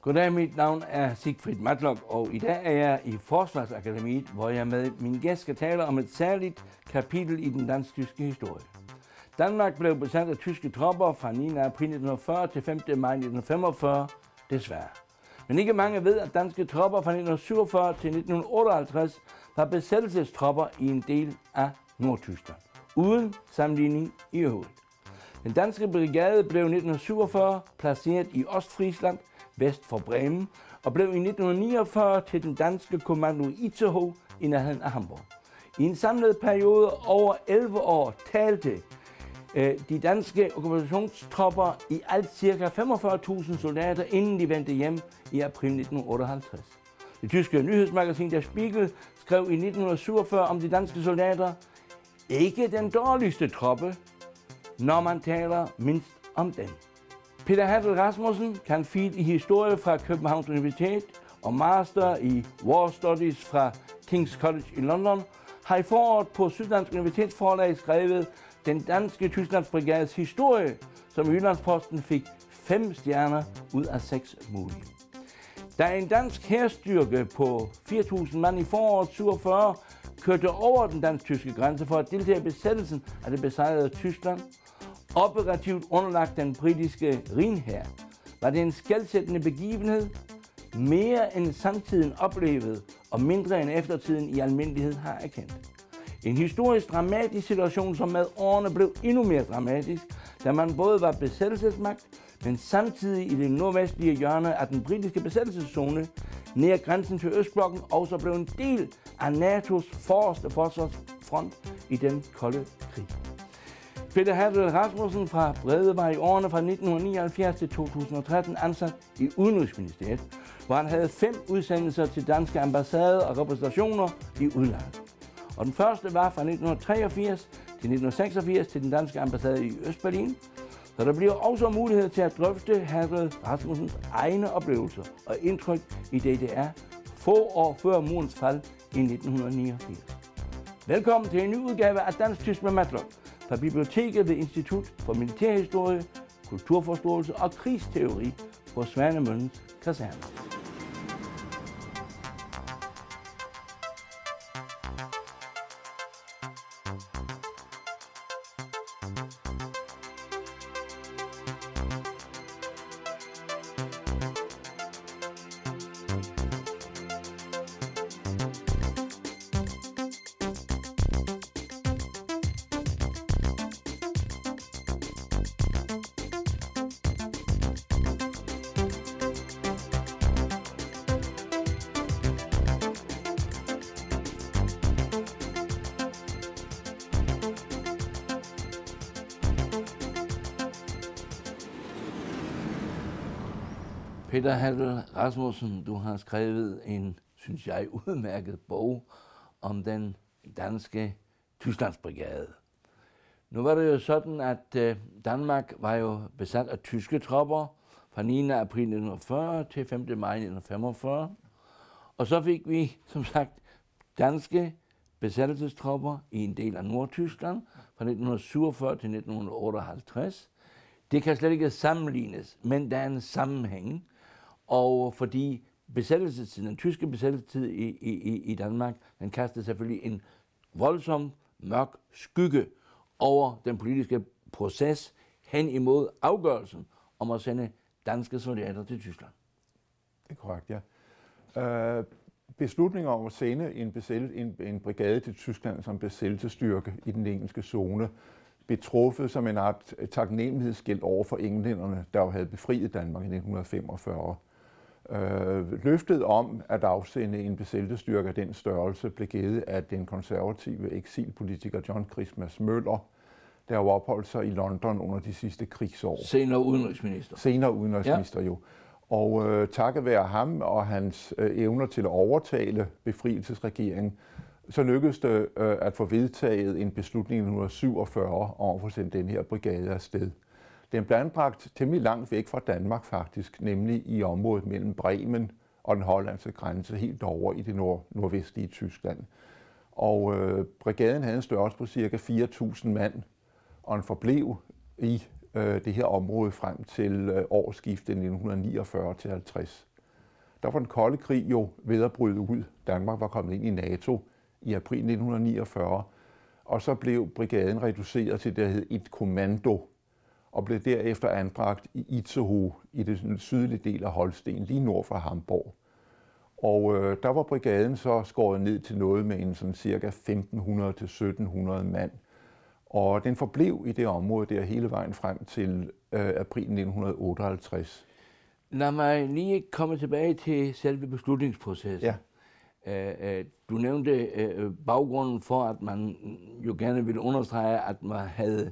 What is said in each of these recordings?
Goddag, mit navn er Siegfried Matlock, og i dag er jeg i Forsvarsakademiet, hvor jeg med min gæst skal tale om et særligt kapitel i den dansk-tyske historie. Danmark blev besat af tyske tropper fra 9. april 1940 til 5. maj 1945, desværre. Men ikke mange ved, at danske tropper fra 1947 til 1958 var besættelsestropper i en del af Nordtyskland, uden sammenligning i øvrigt. Den danske brigade blev i 1947 placeret i Ostfriesland, vest for Bremen, og blev i 1949 til den danske kommando Itzehoe i nærheden af Hamburg. I en samlet periode over 11 år talte de danske okkupationstropper i alt ca. 45.000 soldater, inden de vendte hjem i april 1958. Det tyske nyhedsmagasin Der Spiegel skrev i 1947 om de danske soldater: ikke den dårligste troppe, når man taler mindst om den. Peter Hadel Rasmussen, cand.phil. I historie fra Københavns Universitet og master i War Studies fra King's College i London, har i foråret på Syddansk Universitetsforlag skrevet Den danske Tysklandsbrigades historie, som Jyllandsposten fik 5 stjerner ud af 6 mulige. Da en dansk hærstyrke på 4.000 mand i foråret 47 kørte over den dansk-tyske grænse for at deltage i besættelsen af det besejrede Tyskland, operativt underlagt den britiske Rhinhær, var det en skelsættende begivenhed, mere end samtiden oplevede og mindre end eftertiden i almindelighed har erkendt. En historisk dramatisk situation, som med årene blev endnu mere dramatisk, da man både var besættelsesmagt, men samtidig i det nordvestlige hjørne af den britiske besættelseszone, nær grænsen til Østblokken, også blev en del af NATO's forreste forsvarsfront i den kolde krig. Peter Hadel Rasmussen fra Brede var i årene fra 1979 til 2013 ansat i Udenrigsministeriet, hvor han havde 5 udsendelser til danske ambassader og repræsentationer i udlandet. Og den første var fra 1983 til 1986 til den danske ambassade i Østberlin, så der bliver også mulighed til at drøfte Hadel Rasmussens egne oplevelser og indtryk i DDR få år før murens fald i 1989. Velkommen til en ny udgave af Dansk-Tysk med Matlock fra biblioteket ved Institut for Militærhistorie, Kulturforståelse og Krigsteori på Svanemøllens Kaserne. Peter Hadel Rasmussen, du har skrevet en, synes jeg, udmærket bog om den danske Tysklandsbrigade. Nu var det jo sådan, at Danmark var jo besat af tyske tropper fra 9. april 1940 til 5. maj 1945. Og så fik vi, som sagt, danske besættelsestropper i en del af Nordtyskland fra 1947 til 1958. Det kan slet ikke sammenlignes, men der er en sammenhæng. Og fordi besættelsestiden, den tyske besættelsestid i Danmark, den kastede selvfølgelig en voldsom mørk skygge over den politiske proces hen imod afgørelsen om at sende danske soldater til Tyskland. Det er korrekt, ja. Beslutningen om at sende en brigade til Tyskland som besættelsesstyrke i den engelske zone blev truffet som en art taknemmelighedsgæld over for englænderne, der jo havde befriet Danmark i 1945. Løftet om at afsende en besættelsesstyrke af den størrelse blev givet af den konservative eksilpolitiker John Christmas Møller, der jo opholdt sig i London under de sidste krigsår. Senere udenrigsminister, ja. Jo. Og takket være ham og hans evner til at overtale befrielsesregeringen, så lykkedes det at få vedtaget en beslutning i 1947 om at få sendt den her brigade afsted. Den blev anbragt temmelig langt væk fra Danmark faktisk, nemlig i området mellem Bremen og den hollandske grænse, helt over i det nordvestlige Tyskland. Og brigaden havde en størrelse på ca. 4.000 mand, og den forblev i det her område frem til årsskiftet 1949-50. der var den kolde krig jo ved at bryde ud. Danmark var kommet ind i NATO i april 1949, og så blev brigaden reduceret til det, der hed et kommando, og blev derefter anbragt i Itzehoe i den sydlige del af Holsten, lige nord for Hamburg. Og der var brigaden så skåret ned til noget med en sådan cirka 1500 til 1700 mand. Og den forblev i det område der hele vejen frem til april 1958. Lad mig lige komme tilbage til selve beslutningsprocessen. Ja. Du nævnte baggrunden for, at man jo gerne ville understrege, at man havde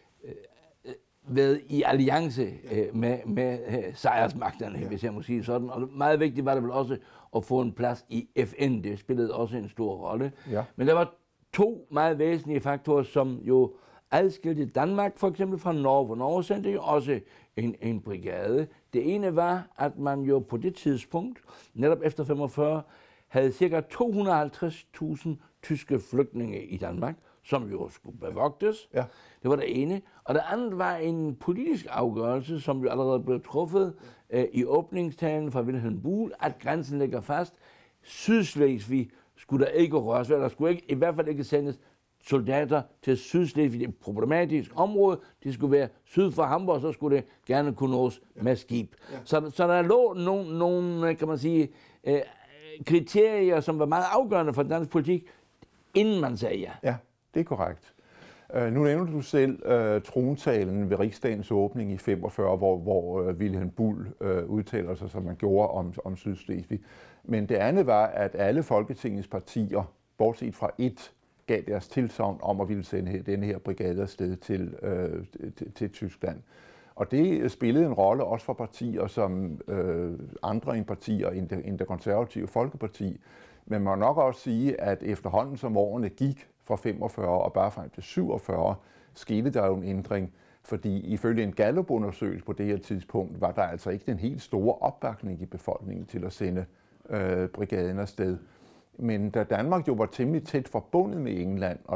været i alliance med sejrsmagterne, hvis jeg må sige sådan. Og meget vigtigt var det vel også at få en plads i FN. Det spillede også en stor rolle. Ja. Men der var to meget væsentlige faktorer, som jo adskilte Danmark for eksempel fra Norge. For Norge sendte jo også en brigade. Det ene var, at man jo på det tidspunkt, netop efter 45, havde ca. 250.000 tyske flygtninge i Danmark, som jo skulle bevogtes. Ja. Det var det ene. Og det andet var en politisk afgørelse, som jo allerede blev truffet i åbningstalen fra Wilhelm Buhl, at grænsen ligger fast. Sydslesvig skulle der ikke røres ved. Der skulle ikke, i hvert fald ikke sendes soldater til Sydslesvig, det er et problematisk område. De skulle være syd for Hamburg, så skulle det gerne kunne nås med skib. Ja. Så der lå nogle kan man sige, kriterier, som var meget afgørende for dansk politik, inden man sagde ja. Ja, det er korrekt. Nu nævner du selv trontalen ved Rigsdagens åbning i 45, hvor Wilhelm Buhl udtaler sig, som man gjorde om Sydslesvig. Men det andet var, at alle Folketingets partier, bortset fra ét, gav deres tilsagn om at ville sende denne her brigade afsted til Tyskland. Og det spillede en rolle også for partier som andre end partier end det konservative Folkeparti. Men man må nok også sige, at efterhånden som årene gik fra 45 og bare frem til 47, skete der jo en ændring. Fordi ifølge en Gallup-undersøgelse på det her tidspunkt, var der altså ikke den helt store opbakning i befolkningen til at sende brigaden afsted. Men da Danmark jo var temmelig tæt forbundet med England, og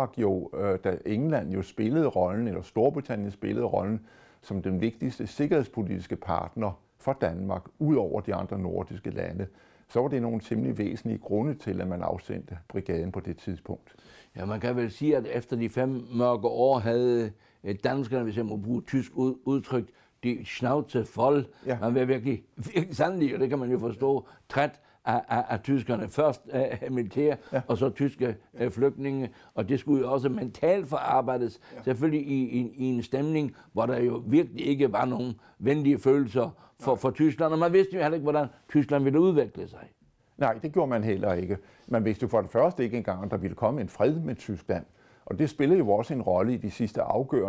da England jo spillede rollen, eller Storbritannien spillede rollen, som den vigtigste sikkerhedspolitiske partner for Danmark, ud over de andre nordiske lande, så var det nogle temmelig væsentlige grunde til, at man afsendte brigaden på det tidspunkt. Ja, man kan vel sige, at efter de 5 mørke år havde danskerne, hvis jeg må bruge tysk udtryk, de Schnauze voll. Ja. Man var virkelig sandelig, og det kan man jo forstå, træt af tyskerne. Først militær, ja, og så tyske flygtninge, og det skulle jo også mentalt forarbejdes, ja, selvfølgelig i en stemning, hvor der jo virkelig ikke var nogen venlige følelser for Tyskland, og man vidste jo heller ikke, hvordan Tyskland ville udvikle sig. Nej, det gjorde man heller ikke. Man vidste jo for det første ikke engang, at der ville komme en fred med Tyskland. Og det spillede jo også en rolle i de sidste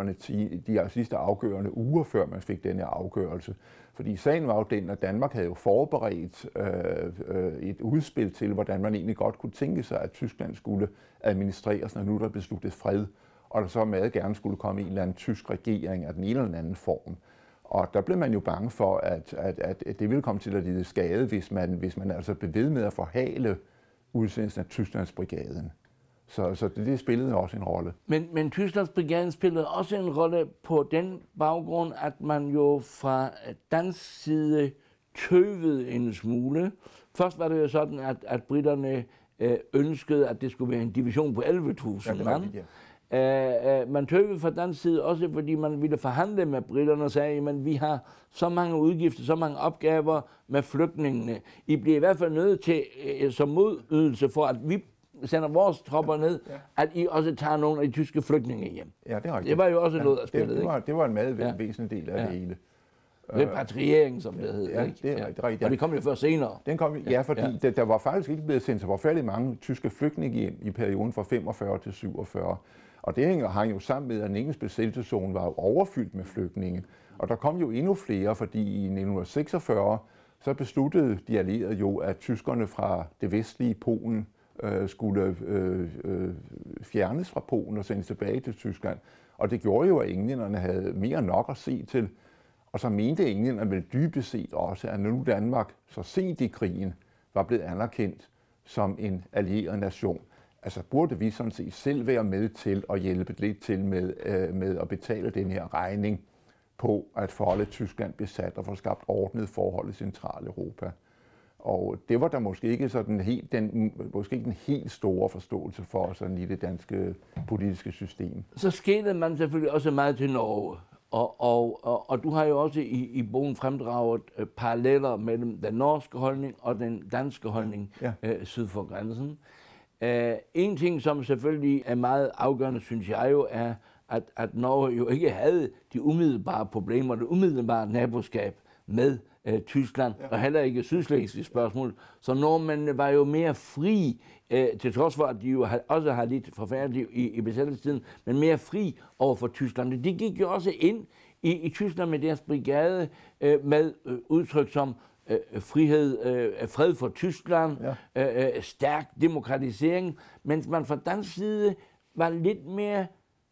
afgørende uger, før man fik denne afgørelse. Fordi sagen var jo den, at Danmark havde jo forberedt et udspil til, hvordan man egentlig godt kunne tænke sig, at Tyskland skulle administreres, når nu der besluttet fred, og der så meget gerne skulle komme en eller anden tysk regering af den ene eller den anden form. Og der blev man jo bange for, at det ville komme til at lide skade, hvis man altså blev ved med at forhale udsendelsen af Tysklandsbrigaden. Så det spillede også en rolle. Men Tysklandsbrigaden spillede også en rolle på den baggrund, at man jo fra dansk side tøvede en smule. Først var det jo sådan, at britterne ønskede, at det skulle være en division på 11.000 mand. Man tøvede fra dansk side også, fordi man ville forhandle med britterne og sagde, at vi har så mange udgifter, så mange opgaver med flygtningene. I bliver i hvert fald nødt til, som modydelse for, at vi sender vores tropper ned, ja, at I også tager nogle af de tyske flygtninge hjem. Ja, det er rigtigt. Det var jo også noget, der spillede. Det var en meget væsentlig del af det hele. Repatriering, som det hed. Ja, ikke? Det er rigtigt. Og det kom jo først senere. Fordi der var faktisk ikke blevet sendt så forfærdeligt mange tyske flygtninge hjem i perioden fra 45 til 47. Og det hang jo sammen med, at den engelske besættelseszone var jo overfyldt med flygtninge. Og der kom jo endnu flere, fordi i 1946 så besluttede de allierede jo, at tyskerne fra det vestlige Polen skulle fjernes fra Polen og sendes tilbage til Tyskland. Og det gjorde jo, at englænderne havde mere end nok at se til. Og så mente englænderne vel dybest set også, at nu Danmark så sent i krigen var blevet anerkendt som en allieret nation, altså burde vi sådan set selv være med til at hjælpe lidt til med at betale den her regning på at forholde Tyskland besat og få skabt ordnet forhold i Centraleuropa. Og det var der måske ikke sådan måske ikke en helt store forståelse for sådan i det danske politiske system. Så skete man selvfølgelig også meget til Norge. Og du har jo også i bogen fremdraget paralleller mellem den norske holdning og den danske holdning syd for grænsen. En ting, som selvfølgelig er meget afgørende, synes jeg jo, er, at Norge jo ikke havde de umiddelbare problemer, det umiddelbare naboskab med Tyskland, og heller ikke sydslesvigske spørgsmål. Så nordmændene var jo mere fri, til trods for, at de jo også har lidt forfærdeligt i besættelsestiden, men mere fri over for Tyskland. De gik jo også ind i Tyskland med deres brigade med udtryk som frihed, fred for Tyskland, stærk demokratisering, mens man fra dansk side var lidt mere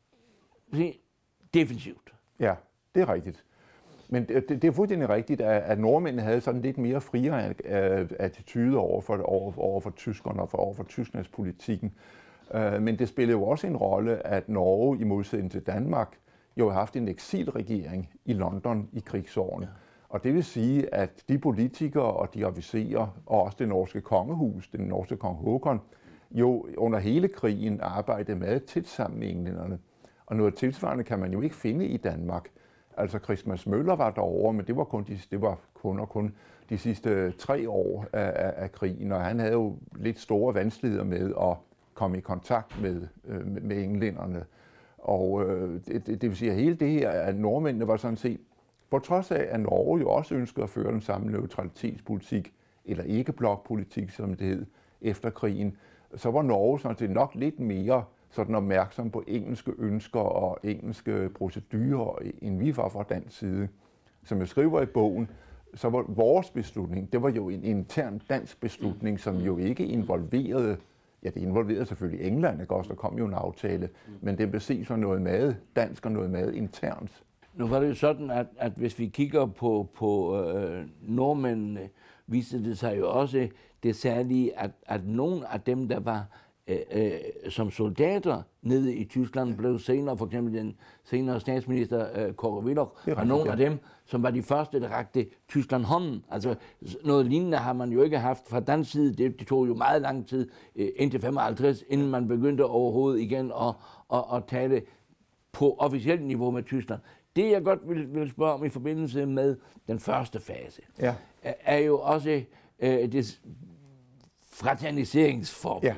defensivt. Ja, det er rigtigt. Men det er fuldstændig rigtigt, at nordmændene havde sådan lidt mere friere attitude over for tyskerne og over for Tysklandspolitikken. Men det spillede jo også en rolle, at Norge i modsætning til Danmark jo har haft en eksilregering i London i krigsårene. Ja. Og det vil sige, at de politikere og de officerer, og også det norske kongehus, den norske kong Håkon, jo under hele krigen arbejdede meget tæt sammen med englænderne. Og noget tilsvarende kan man jo ikke finde i Danmark. Altså Christmas Møller var derovre, men det var kun de sidste 3 år af krigen, og han havde jo lidt store vanskeligheder med at komme i kontakt med englænderne. Og det vil sige, at hele det her, at nordmændene var sådan set, på trods af, at Norge jo også ønskede at føre den samme neutralitetspolitik, eller ikke-blokpolitik, som det hed, efter krigen, så var Norge sådan set nok lidt mere sådan opmærksom på engelske ønsker og engelske procedurer, end vi var fra dansk side. Som jeg skriver i bogen, så var vores beslutning, det var jo en intern dansk beslutning, som jo ikke involverede, ja, det involverede selvfølgelig England, ikke også, der kom jo en aftale, men det blev set som noget meget dansk og noget meget internt. Nu var det jo sådan, at hvis vi kigger på nordmændene, viste det sig jo også det særlige, at nogle af dem, der var som soldater nede i Tyskland, blev senere, for eksempel den senere statsminister Kåre Willoch, og nogle af dem, som var de første, der rakte Tyskland hånden. Altså noget lignende har man jo ikke haft fra dansk side. Det tog jo meget lang tid, indtil 55, inden man begyndte overhovedet igen at tale på officielt niveau med Tyskland. Det jeg godt vil spørge om i forbindelse med den første fase, er jo også det fraterniseringsforbud. Ja.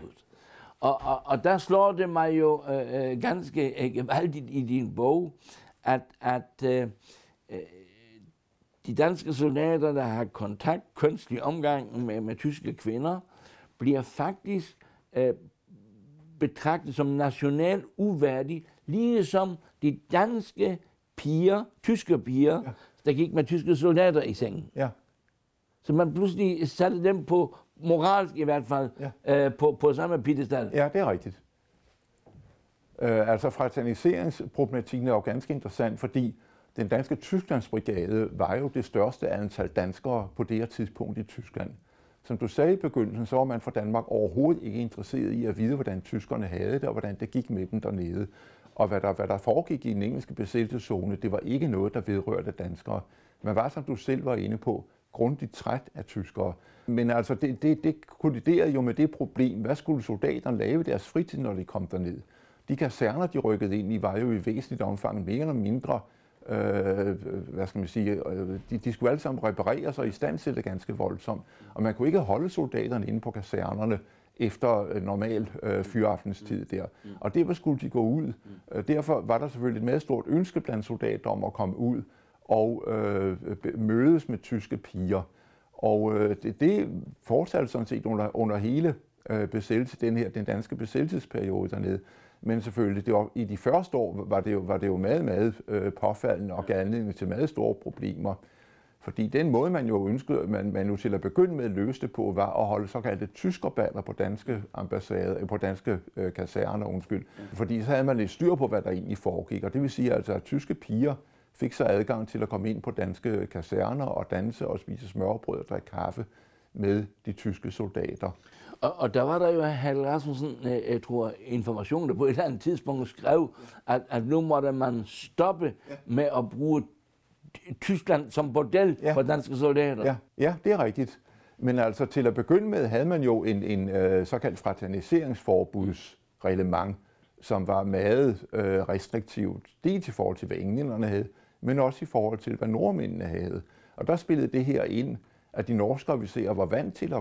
Og der slår det mig jo ganske gevaldigt i din bog, at de danske soldater, der har kønslig omgang med tyske kvinder, bliver faktisk betragtet som nationalt uværdige, ligesom de danske piger, tyske piger, der gik med tyske soldater i sengen. Ja. Så man pludselig satte dem på, moralsk i hvert fald, på samme piedestal. Ja, det er rigtigt. Altså fraterniseringsproblematikken er jo ganske interessant, fordi den danske Tysklandsbrigade var jo det største antal danskere på det her tidspunkt i Tyskland. Som du sagde i begyndelsen, så var man fra Danmark overhovedet ikke interesseret i at vide, hvordan tyskerne havde det, og hvordan det gik med dem dernede. Og hvad der foregik i den engelske besættelseszone, det var ikke noget, der vedrørte danskere. Man var, som du selv var inde på, grundigt træt af tyskere. Men altså, det kolliderede jo med det problem. Hvad skulle soldaterne lave i deres fritid, når de kom derned? De kaserner, de rykkede ind i, var jo i væsentligt omfang mere eller mindre, de skulle alle sammen repareres og istandsætte ganske voldsomt. Og man kunne ikke holde soldaterne inde på kasernerne efter normal fyraftenstid der. Og derfor skulle de gå ud. Derfor var der selvfølgelig et meget stort ønske blandt soldater om at komme ud og mødes med tyske piger. Og det fortsatte sådan set under hele den danske besættelsesperiode dernede. Men selvfølgelig, i de første år var det jo meget påfaldende og gav anledning til meget store problemer. Fordi den måde, man jo ønskede, man jo til at begynde med at løse det på, var at holde såkaldte tyskerballer på danske ambassader, på danske kaserner, Fordi så havde man lidt styr på, hvad der egentlig foregik. Og det vil sige altså, at tyske piger fik så adgang til at komme ind på danske kaserner og danse og spise smørrebrød og drikke kaffe med de tyske soldater. Og der var der jo Hal Rasmussen, jeg tror, Information, der på et eller andet tidspunkt skrev, at nu måtte man stoppe med at bruge Tyskland som model for danske soldater. Ja, det er rigtigt. Men altså til at begynde med havde man jo en såkaldt fraterniseringsforbudsreglement, som var meget restriktivt, dels i forhold til, hvad englænderne havde, men også i forhold til, hvad nordmændene havde. Og der spillede det her ind, at de norske officerer var vant til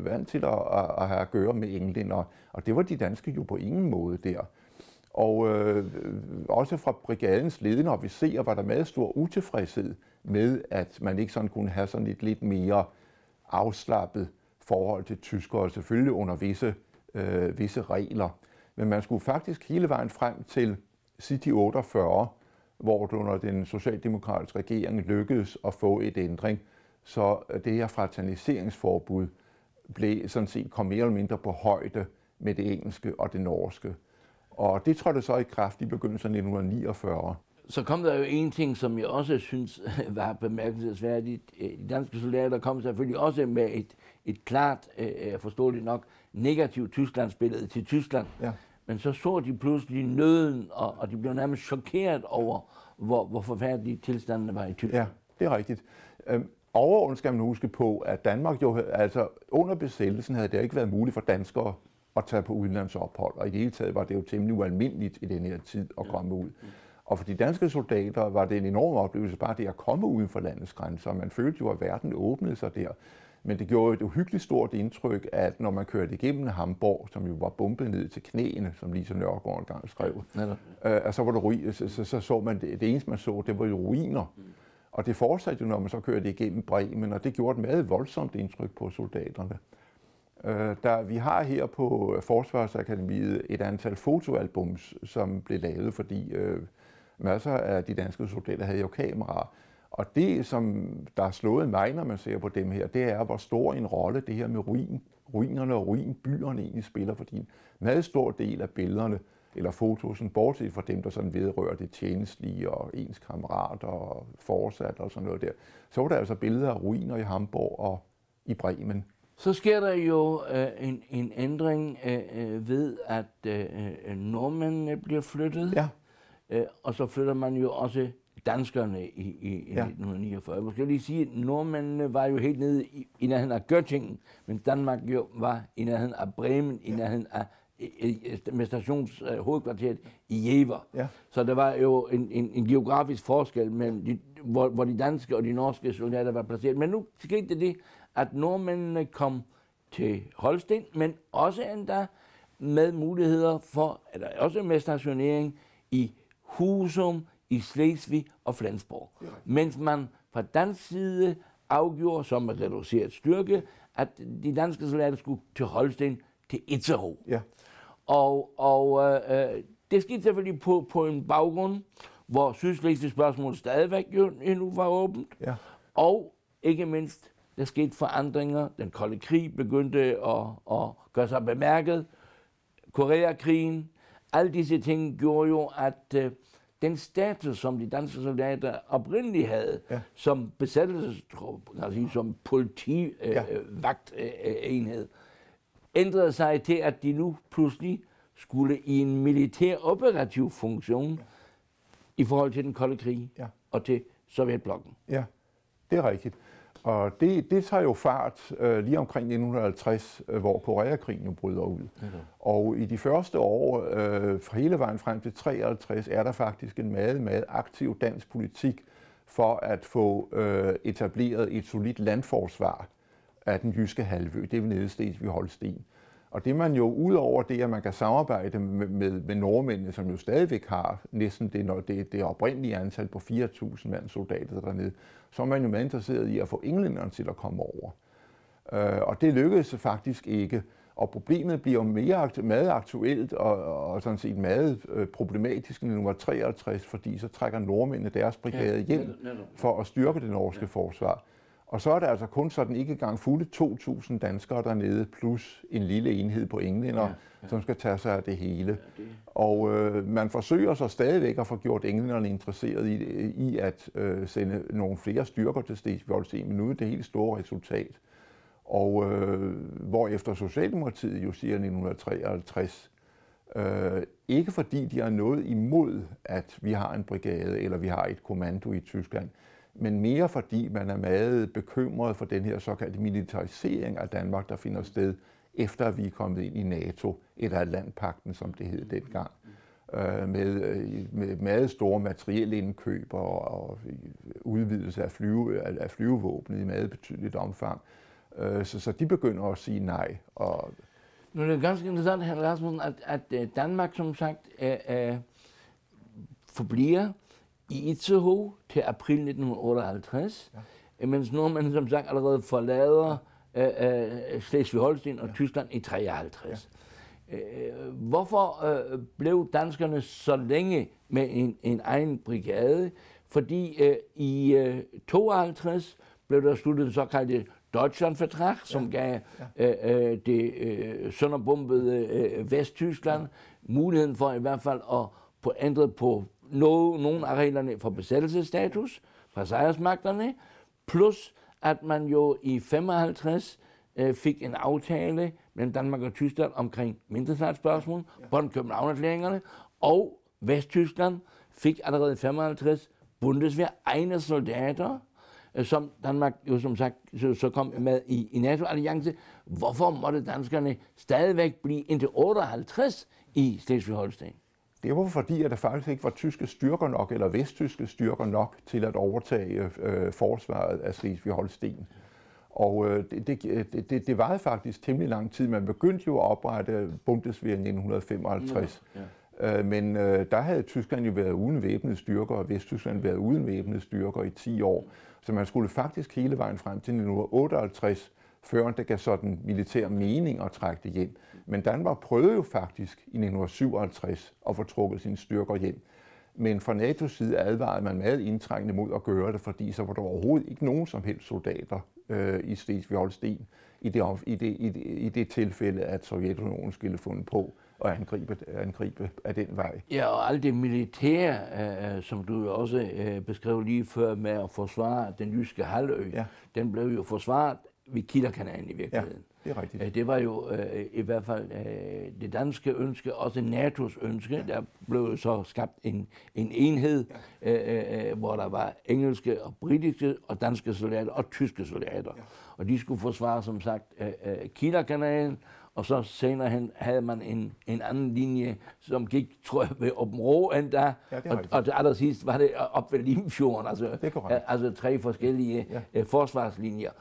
at have at gøre med englændere, og det var de danske jo på ingen måde der. Og også fra brigadens ledende officerer var der meget stor utilfredshed med, at man ikke sådan kunne have sådan et lidt mere afslappet forhold til tyskere, selvfølgelig under visse regler. Men man skulle faktisk hele vejen frem til City 48, hvor det under den socialdemokratiske regering lykkedes at få et ændring, så det her fraterniseringsforbud blev sådan set kom mere eller mindre på højde med det engelske og det norske. Og det trådte så i kraft i begyndelsen af 1949. Så kom der jo en ting, som jeg også synes var bemærkelsesværdigt. De danske soldater kom selvfølgelig også med et klart, forståeligt nok, negativt Tysklandsbillede til Tyskland. Ja. Men så de pludselig nøden, og de blev nærmest chokeret over, hvor forfærdelige tilstandene var i Tyskland. Ja, det er rigtigt. Overordnet skal man huske på, at Danmark jo, altså under besættelsen havde det ikke været muligt for danskere at tage på udenlandsophold, og i det hele taget var det jo temmelig ualmindeligt i den her tid at komme ud. Og for de danske soldater var det en enorm oplevelse bare det at komme uden for landets grænser. Man følte jo, at verden åbnede sig der. Men det gjorde et uhyggeligt stort indtryk, at når man kørte igennem Hamburg, som jo var bombet ned til knæene, som Lise Nørgaard engang skrev, så var det så man det eneste man så, det var jo ruiner. Og det fortsatte jo, når man så kørte igennem Bremen, og det gjorde et meget voldsomt indtryk på soldaterne. Vi har her på Forsvarsakademiet et antal fotoalbums, som blev lavet, fordi masser af de danske soldater havde jo kameraer. Og det, som der er slået mig, når man ser på dem her, det er, hvor stor en rolle det her med ruinerne og ruinbyerne egentlig spiller, fordi en meget stor del af billederne, eller fotosen, bortset fra dem, der sådan vedrører det tjenestlige og ens kammerater og fortsat og sådan noget der, så var der altså billeder af ruiner i Hamburg og i Bremen. Så sker der jo en ændring ved, at nordmændene bliver flyttet, ja. Og så flytter man jo også danskerne i 1949. Jeg skal lige sige, at nordmændene var jo helt nede i nærheden af Göttingen, mens Danmark jo var i nærheden af Bremen, i nærheden af med stationshovedkvarteret i Jever. Ja. Så der var jo en geografisk forskel mellem hvor de danske og de norske soldater var placeret. Men nu skete det, at nordmændene kom til Holsten, men også endda med muligheder for, eller også med stationering i Husum, i Slesvig og Flensborg. Ja. Mens man fra dansk side afgjorde, som med reduceret styrke, at de danske soldater skulle til Holsten, til Itzehoe. Ja. Og det skete selvfølgelig på en baggrund, hvor Sydslesvigs spørgsmål stadigvæk jo endnu var åbent. Ja. Og ikke mindst, der skete forandringer. Den kolde krig begyndte at gøre sig bemærket. Koreakrigen. Alle disse ting gjorde jo, at den status, som de danske soldater oprindeligt havde, som besættelsestrup, som politivagtenhed, ændrede sig til, at de nu pludselig skulle i en militær operativ funktion i forhold til den kolde krig og til Sovjetblokken. Ja, det er rigtigt. Og det tager jo fart lige omkring 1950, hvor Koreakrigen jo bryder ud. Og i de første år, fra hele vejen frem til 53, er der faktisk en meget, meget aktiv dansk politik for at få etableret et solidt landforsvar af den jyske halvø. Det er nede i Slesvig-Holsten. Og det man jo udover det, at man kan samarbejde med nordmændene, som jo stadigvæk har næsten det oprindelige antal på 4.000 mand soldater dernede, så er man jo meget interesseret i at få englænderne til at komme over. Og det lykkedes faktisk ikke. Og problemet bliver jo meget aktuelt og sådan set meget problematisk i 1953, fordi så trækker nordmændene deres brigade hjem for at styrke det norske forsvar. Og så er der altså kun sådan ikke engang fulde 2.000 danskere dernede, plus en lille enhed på englænder, som skal tage sig af det hele. Og man forsøger så stadigvæk at få gjort englænderne interesseret i at sende nogle flere styrker til Slesvig-Holsten, men nu er det helt store resultat. Og hvorefter Socialdemokratiet jo siger 1953, ikke fordi de har noget imod, at vi har en brigade eller vi har et kommando i Tyskland, men mere fordi man er meget bekymret for den her såkaldte militarisering af Danmark, der finder sted, efter at vi er kommet ind i NATO, eller Atlantpagten, som det hed dengang, med meget store materielle indkøb og udvidelse af flyvevåbnet i meget betydeligt omfang. Så de begynder at sige nej. Nu er det ganske interessant, hr. Rasmussen, at Danmark som sagt forbliver i Itzehoe til april 1958, mens nordmændene som sagt allerede forlader Slesvig-Holsten og Tyskland i 53. Hvorfor blev danskerne så længe med en egen brigade? Fordi i 52 blev der sluttet en såkaldt Deutschlandvertrag, som gav det sønderbombede Vesttyskland muligheden for i hvert fald at få ændret på nogle af reglerne for besættelsesstatus fra sejrsmagterne, plus at man jo i 55 fik en aftale mellem Danmark og Tyskland omkring mindretalsspørgsmål, Bonn-København-erklæringerne, og Vesttyskland fik allerede i 55 Bundeswehr egne soldater, som Danmark jo som sagt så kom med i NATO-alliance. Hvorfor måtte danskerne stadigvæk blive indtil 58 i Slesvig-Holsten? Det var fordi, at der faktisk ikke var tyske styrker nok, eller vesttyske styrker nok, til at overtage forsvaret af Slesvig-Holsten. Og det varede faktisk temmelig lang tid. Man begyndte jo at oprette Bundeswehr i 1955. Men der havde Tyskland jo været uden væbnede styrker, og Vesttyskland været uden væbnede styrker i 10 år. Så man skulle faktisk hele vejen frem til 1958, før det gav sådan militær mening at trække det hjem. Men Danmark prøvede jo faktisk i 1957 at få trukket sine styrker hjem. Men fra NATO's side advarede man meget indtrængende mod at gøre det, fordi så var der overhovedet ikke nogen som helst soldater i Slesvig-Holsten i det tilfælde, at Sovjetunionen skulle fundet på at angribe af den vej. Ja, og alt det militære, som du jo også beskrev lige før med at forsvare den jyske halvø, den blev jo forsvaret ved Kielerkanalen i virkeligheden. Ja, det er rigtigt. Det var jo i hvert fald det danske ønske, også NATO's ønske. Ja. Der blev jo så skabt en enhed, hvor der var engelske og britiske og danske soldater og tyske soldater. Ja. Og de skulle forsvare, som sagt, Kielerkanalen, og så senere hen havde man en anden linje, som gik, tror jeg, ved Aabenraa endda, og til allersidst var det op ved Limfjorden, altså 3 forskellige forsvarslinjer.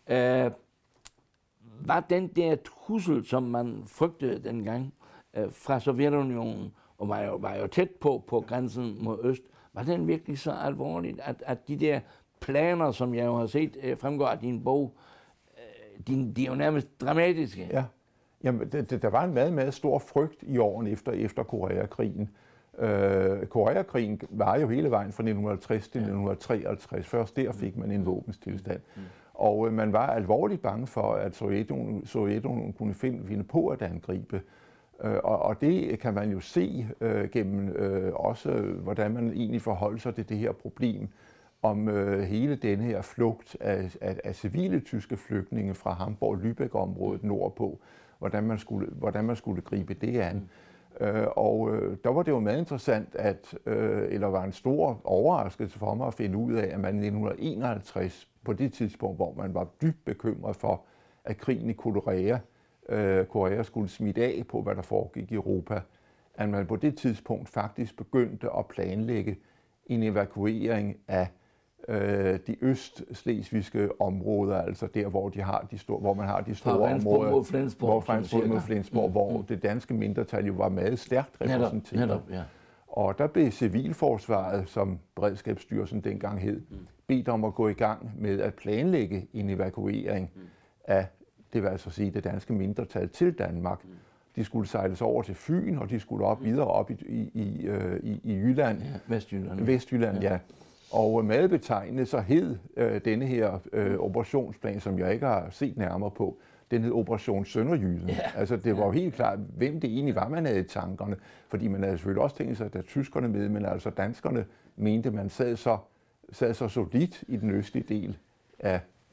Var den der trussel, som man frygtede dengang fra Sovjetunionen, og var jo tæt på grænsen mod øst, var den virkelig så alvorligt, at de der planer, som jeg jo har set fremgår af din bog, de er jo nærmest dramatiske? Ja. Jamen, der var en meget, meget stor frygt i årene efter Koreakrigen. Koreakrigen var jo hele vejen fra 1960 til 1953. Først der fik man en våbenstilstand. Og man var alvorligt bange for, at Sovjetunionen kunne finde på at angribe. Og det kan man jo se gennem også, hvordan man egentlig forholder sig til det her problem om hele denne her flugt af civile tyske flygtninge fra Hamburg-Lübeck-området nordpå, hvordan man skulle gribe det an. Og der var det jo meget interessant, eller var en stor overraskelse for mig at finde ud af, at man i 1951, på det tidspunkt, hvor man var dybt bekymret for, at krigen i Korea skulle smitte af på, hvad der foregik i Europa, at man på det tidspunkt faktisk begyndte at planlægge en evakuering af de østslesvigske områder, altså der, hvor man har de store områder, mod Flensborg, hvor det danske mindretal jo var meget stærkt repræsenteret. Netop, ja. Og der blev Civilforsvaret, som Beredskabsstyrelsen dengang hed, bedt om at gå i gang med at planlægge en evakuering af, det vil altså sige, det danske mindretal til Danmark. De skulle sejles over til Fyn, og de skulle videre op i Jylland. Ja, Vestjylland, ja. Og meget betegnende så hed denne her operationsplan, som jeg ikke har set nærmere på, den hed Operation Sønderjyden. Ja. Altså det var jo helt klart, hvem det egentlig var, man havde i tankerne. Fordi man havde selvfølgelig også tænkt sig, at der tyskerne med, men altså danskerne mente, man sad så solidt i den østlige del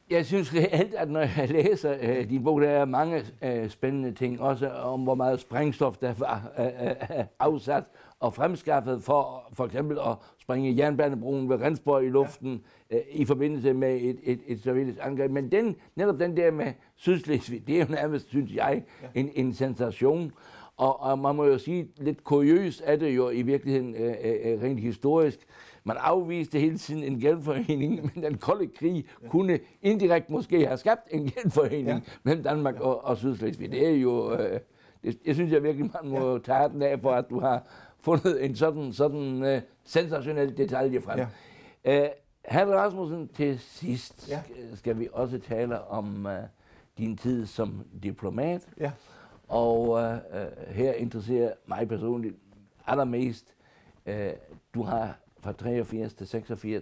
Jeg synes reelt, at når jeg læser din bog, der er mange spændende ting, også om hvor meget sprængstof der var afsat og fremskaffet for eksempel at springe jernbanebroen ved Rendsborg i luften i forbindelse med et sovjetisk angreb. Men netop den der med Sydslesvig, det er jo nærmest, synes jeg, en sensation. Og man må jo sige, lidt kuriøst er det jo i virkeligheden rent historisk. Man afviste hele tiden en genforening, men den kolde krig kunne indirekte måske have skabt en genforening mellem Danmark og Sydslesvig. Det er jo, jeg synes jeg virkelig, man må tage den af for, at du har fundet en sådan sensationel detalje frem. Halle Rasmussen, til sidst skal vi også tale om din tid som diplomat. Ja. Og her interesserer mig personligt allermest, du har fra 83 til 86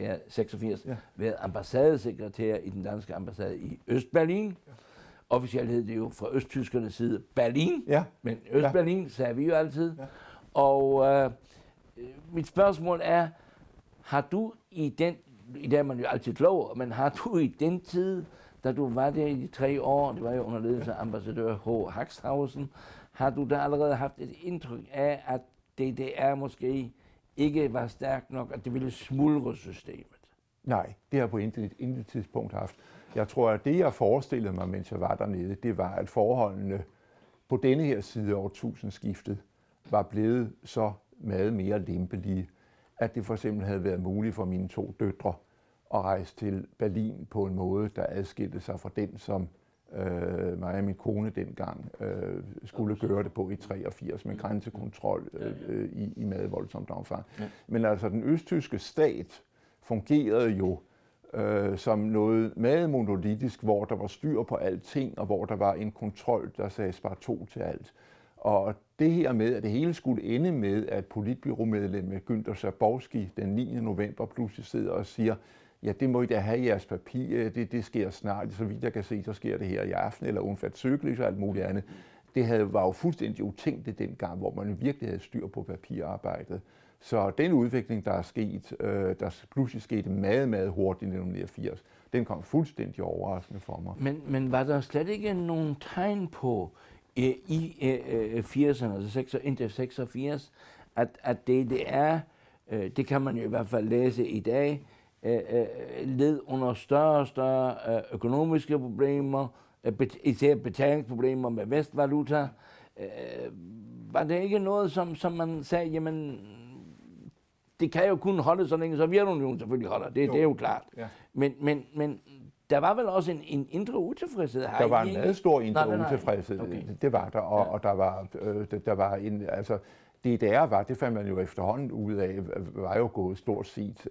været ambassadesekretær i den danske ambassade i Østberlin. Ja. Officielt hed det jo fra østtyskernes side Berlin, men Østberlin sagde vi jo altid. Ja. Og mit spørgsmål er, har du i dag er man jo altid klog, men har du i den tid, da du var der i de 3 år, det var jo under ledelse af ambassadør H. Haxthausen, har du da allerede haft et indtryk af, at DDR måske ikke var stærkt nok, at det ville smuldre systemet? Nej, det har jeg på intet tidspunkt haft. Jeg tror, at det, jeg forestillede mig, mens jeg var dernede, det var, at forholdene på denne her side af årtusindskiftet var blevet så meget mere lempelige, at det for eksempel havde været muligt for mine 2 døtre at rejse til Berlin på en måde, der adskilte sig fra den, som mig og min kone dengang skulle gøre det på i 83 med grænsekontrol i meget voldsomt omfang. Ja. Men altså den østtyske stat fungerede jo som noget meget monolitisk, hvor der var styr på alting, og hvor der var en kontrol, der sagde bare 2 til alt. Og det her med, at det hele skulle ende med, at politbyråmedlem Günther Schabowski den 9. november pludselig sidder og siger, ja, det må I da have i jeres papir, det sker snart, så vidt jeg kan se, så sker det her i aften, eller unfattelig og alt muligt andet. Det var jo fuldstændig utænkeligt dengang, hvor man virkelig havde styr på papirarbejdet. Så den udvikling, der er sket, der pludselig skete meget, meget hurtigt i 1989, den kom fuldstændig overraskende for mig. Men var der slet ikke nogen tegn på i 80'erne, altså indtil 86, at DDR, det kan man jo i hvert fald læse i dag, led under større og større økonomiske problemer, især betalingsproblemer med vestvaluta. Var det ikke noget, som man sagde, jamen, det kan jo kun holde så længe Sovjetunionen selvfølgelig holder, det er jo klart. Ja. Men der var vel også en indre utilfredshed her? Der var en meget stor indre utilfredshed, okay. Det var der, og der var en, altså DDR var, det fandt man jo efterhånden ud af, var jo gået stort set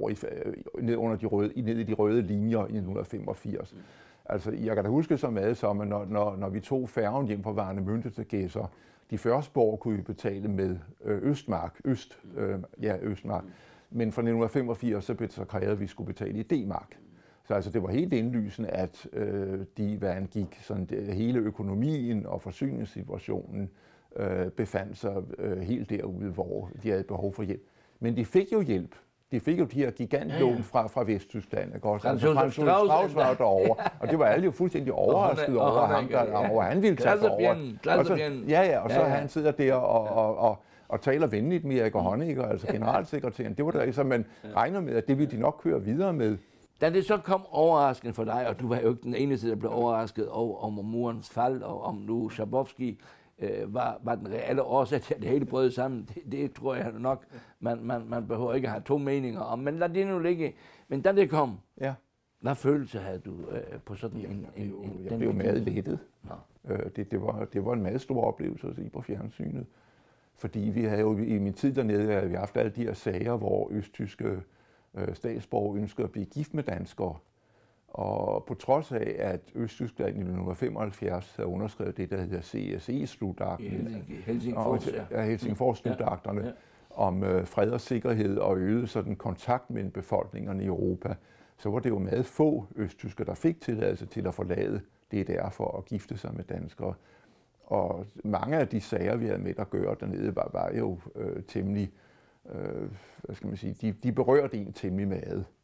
ned i de røde linjer i 1985. Altså, jeg kan da huske så meget som, at når vi tog færgen hjem fra Warnemünde til Gedser, de første år kunne vi betale med Østmark. Østmark. Men fra 1985 så krævede vi skulle betale i D-mark. Så altså, det var helt indlysende, at hvad angik sådan hele økonomien og forsyningssituationen befandt sig helt derude, hvor de havde behov for hjælp. Men de fik jo hjælp. De fik jo de her gigantlån fra Vesttyskland. Franz Josef Strauß var derovre, og det var alle jo fuldstændig overrasket over ham, over han ville tage derovre. Og så han sidder der og taler venligt med Erik Honecker, altså generalsekretæren. Det var der, så man regner med, at det ville de nok køre videre med. Da det så kom overraskende for dig, og du var jo ikke den eneste, der blev overrasket over murens fald, og om nu Schabowski var den reelle årsag til, at det hele brød sammen. Det tror jeg nok, man behøver ikke at have 2 meninger om. Men lad det nu ligge. Men da det kom, hvad følelse havde du på sådan en... Jeg blev meget lettet. Det var en meget stor oplevelse at se på fjernsynet. Fordi vi havde jo i min tid dernede, vi haft alle de her sager, hvor østtyske statsborgere ønskede at blive gift med danskere. Og på trods af, at Østtyskland i 1975 havde underskrevet det, der hedder CSE-slutagten, Helsingfors-slutakterne, om fred og sikkerhed og øget sådan kontakt mellem befolkningerne i Europa, så var det jo meget få østtyskere, der fik tilladelse til at forlade DDR for at gifte sig med danskere. Og mange af de sager, vi havde med at gøre dernede, var jo temmelig, hvad skal man sige, de berørte en temmelig meget.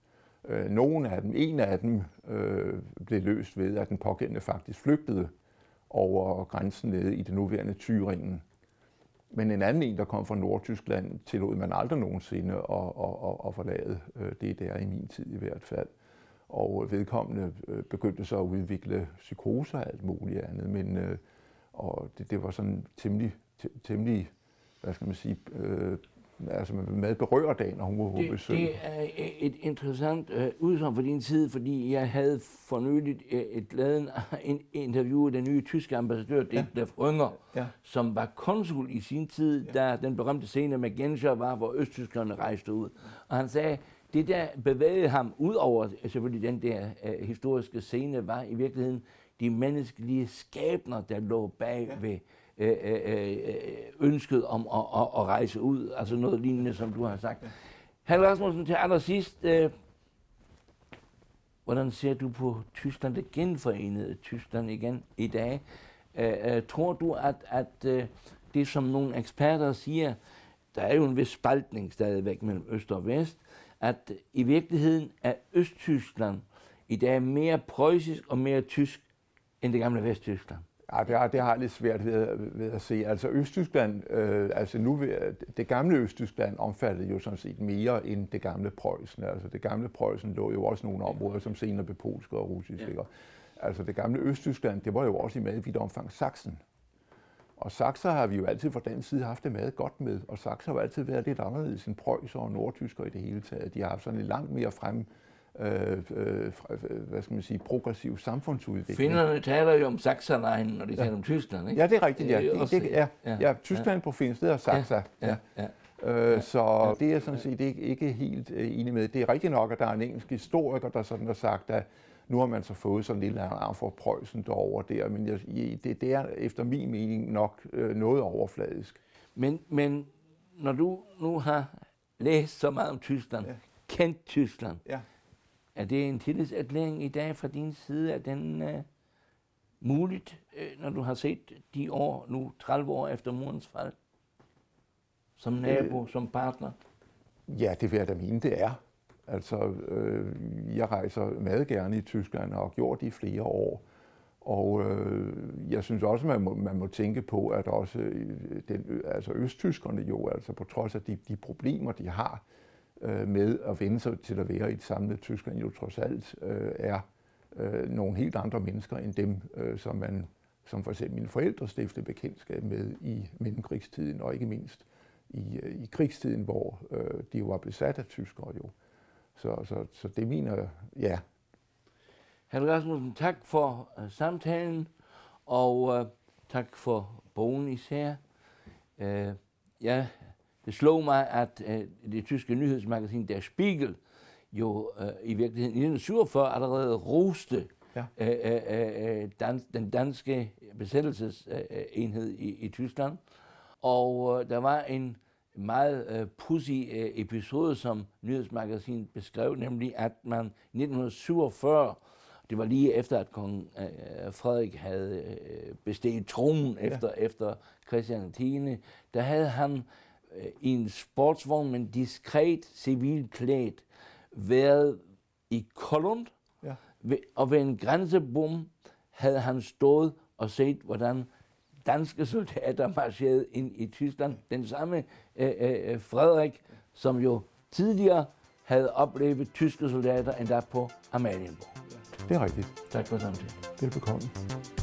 En af dem blev løst ved, at den pågældende faktisk flygtede over grænsen nede i det nuværende Thüringen. Men en anden, der kom fra Nordtyskland, tillod man aldrig nogensinde at forlade det der i min tid i hvert fald. Og vedkommende begyndte så at udvikle psykoser og alt muligt andet, men og det var sådan temmelig, hvad skal man sige, altså med berørt af, når hun var på besøg. Det er et interessant udsagn for din tid, fordi jeg havde for nyligt lavet en interview af den nye tyske ambassadør, Detlef Rønger, som var konsul i sin tid, da den berømte scene med Genscher var, hvor østtyskerne rejste ud. Og han sagde, det der bevægede ham ud over selvfølgelig den der historiske scene, var i virkeligheden de menneskelige skæbner, der lå bag ved ønsket om at rejse ud, altså noget lignende, som du har sagt. Halvard Rasmussen, til allersidst, hvordan ser du på Tyskland, det genforenede Tyskland igen i dag? Tror du, at det, som nogle eksperter siger, der er jo en vis spaltning stadigvæk mellem øst og vest, at i virkeligheden er Østtyskland i dag mere preussisk og mere tysk end det gamle Vesttyskland? Ja, det har jeg lidt svært ved at se. Altså Østtyskland, det gamle Østtyskland omfattede jo sådan set mere end det gamle Preussen. Altså det gamle Preussen lå jo også nogle områder, som senere blev polsk og russisk. Ja. Altså det gamle Østtyskland, det var jo også i meget vidt omfang Sachsen. Og Sachser har vi jo altid fra den side haft det meget godt med, og Sachser har jo altid været lidt anderledes end preussere og nordtysker i det hele taget. De har haft sådan en langt mere hvad skal man sige, progressiv samfundsudvikling. Finnerne taler jo om Sachsenregnen, når de taler om Tyskland, ikke? Ja, det er rigtigt, ja. Tyskland på Findsted og Sachsen. Så det er sådan set ikke helt enig med. Det er rigtigt nok, at der er en engelsk historiker, der sådan har sagt, at nu har man så fået sådan en lille arm for Preussen derovre der, men det er efter min mening nok noget overfladisk. Men når du nu har læst så meget om Tyskland, kendt Tyskland, er det en tillidserklæring i dag fra din side? Er den muligt, når du har set de år, nu 30 år efter murens fald, som nabo, som partner? Ja, det vil jeg da mene, det er. Altså, jeg rejser meget gerne i Tyskland og har gjort det i flere år. Og jeg synes også, man må tænke på, at også østtyskerne jo, altså på trods af de problemer, de har med at vende sig til at være i et samlet Tyskland, jo trods alt er nogle helt andre mennesker end dem, som for eksempel mine forældre stiftede bekendtskab med i mellemkrigstiden, og ikke mindst i krigstiden, hvor de jo var besat af tyskere jo. Så det mener jeg, ja. Halvard Rasmussen, tak for samtalen, og tak for bogen især. Det slog mig, at det tyske nyhedsmagasin Der Spiegel jo i virkeligheden i 1947 allerede roste den danske besættelsesenhed i Tyskland. Og der var en meget pudsig episode, som nyhedsmagasinet beskrev, nemlig at man i 1947, det var lige efter, at kong Frederik havde besteget tronen efter Christian 10., der havde han i en sportsvogn, men diskret civilklædt, været i Kollund, og ved en grænsebom havde han stået og set, hvordan danske soldater marcherede ind i Tyskland. Den samme Frederik, som jo tidligere havde oplevet tyske soldater endda på Amalienborg. Det er rigtigt. Tak for samtalen. Velbekomme.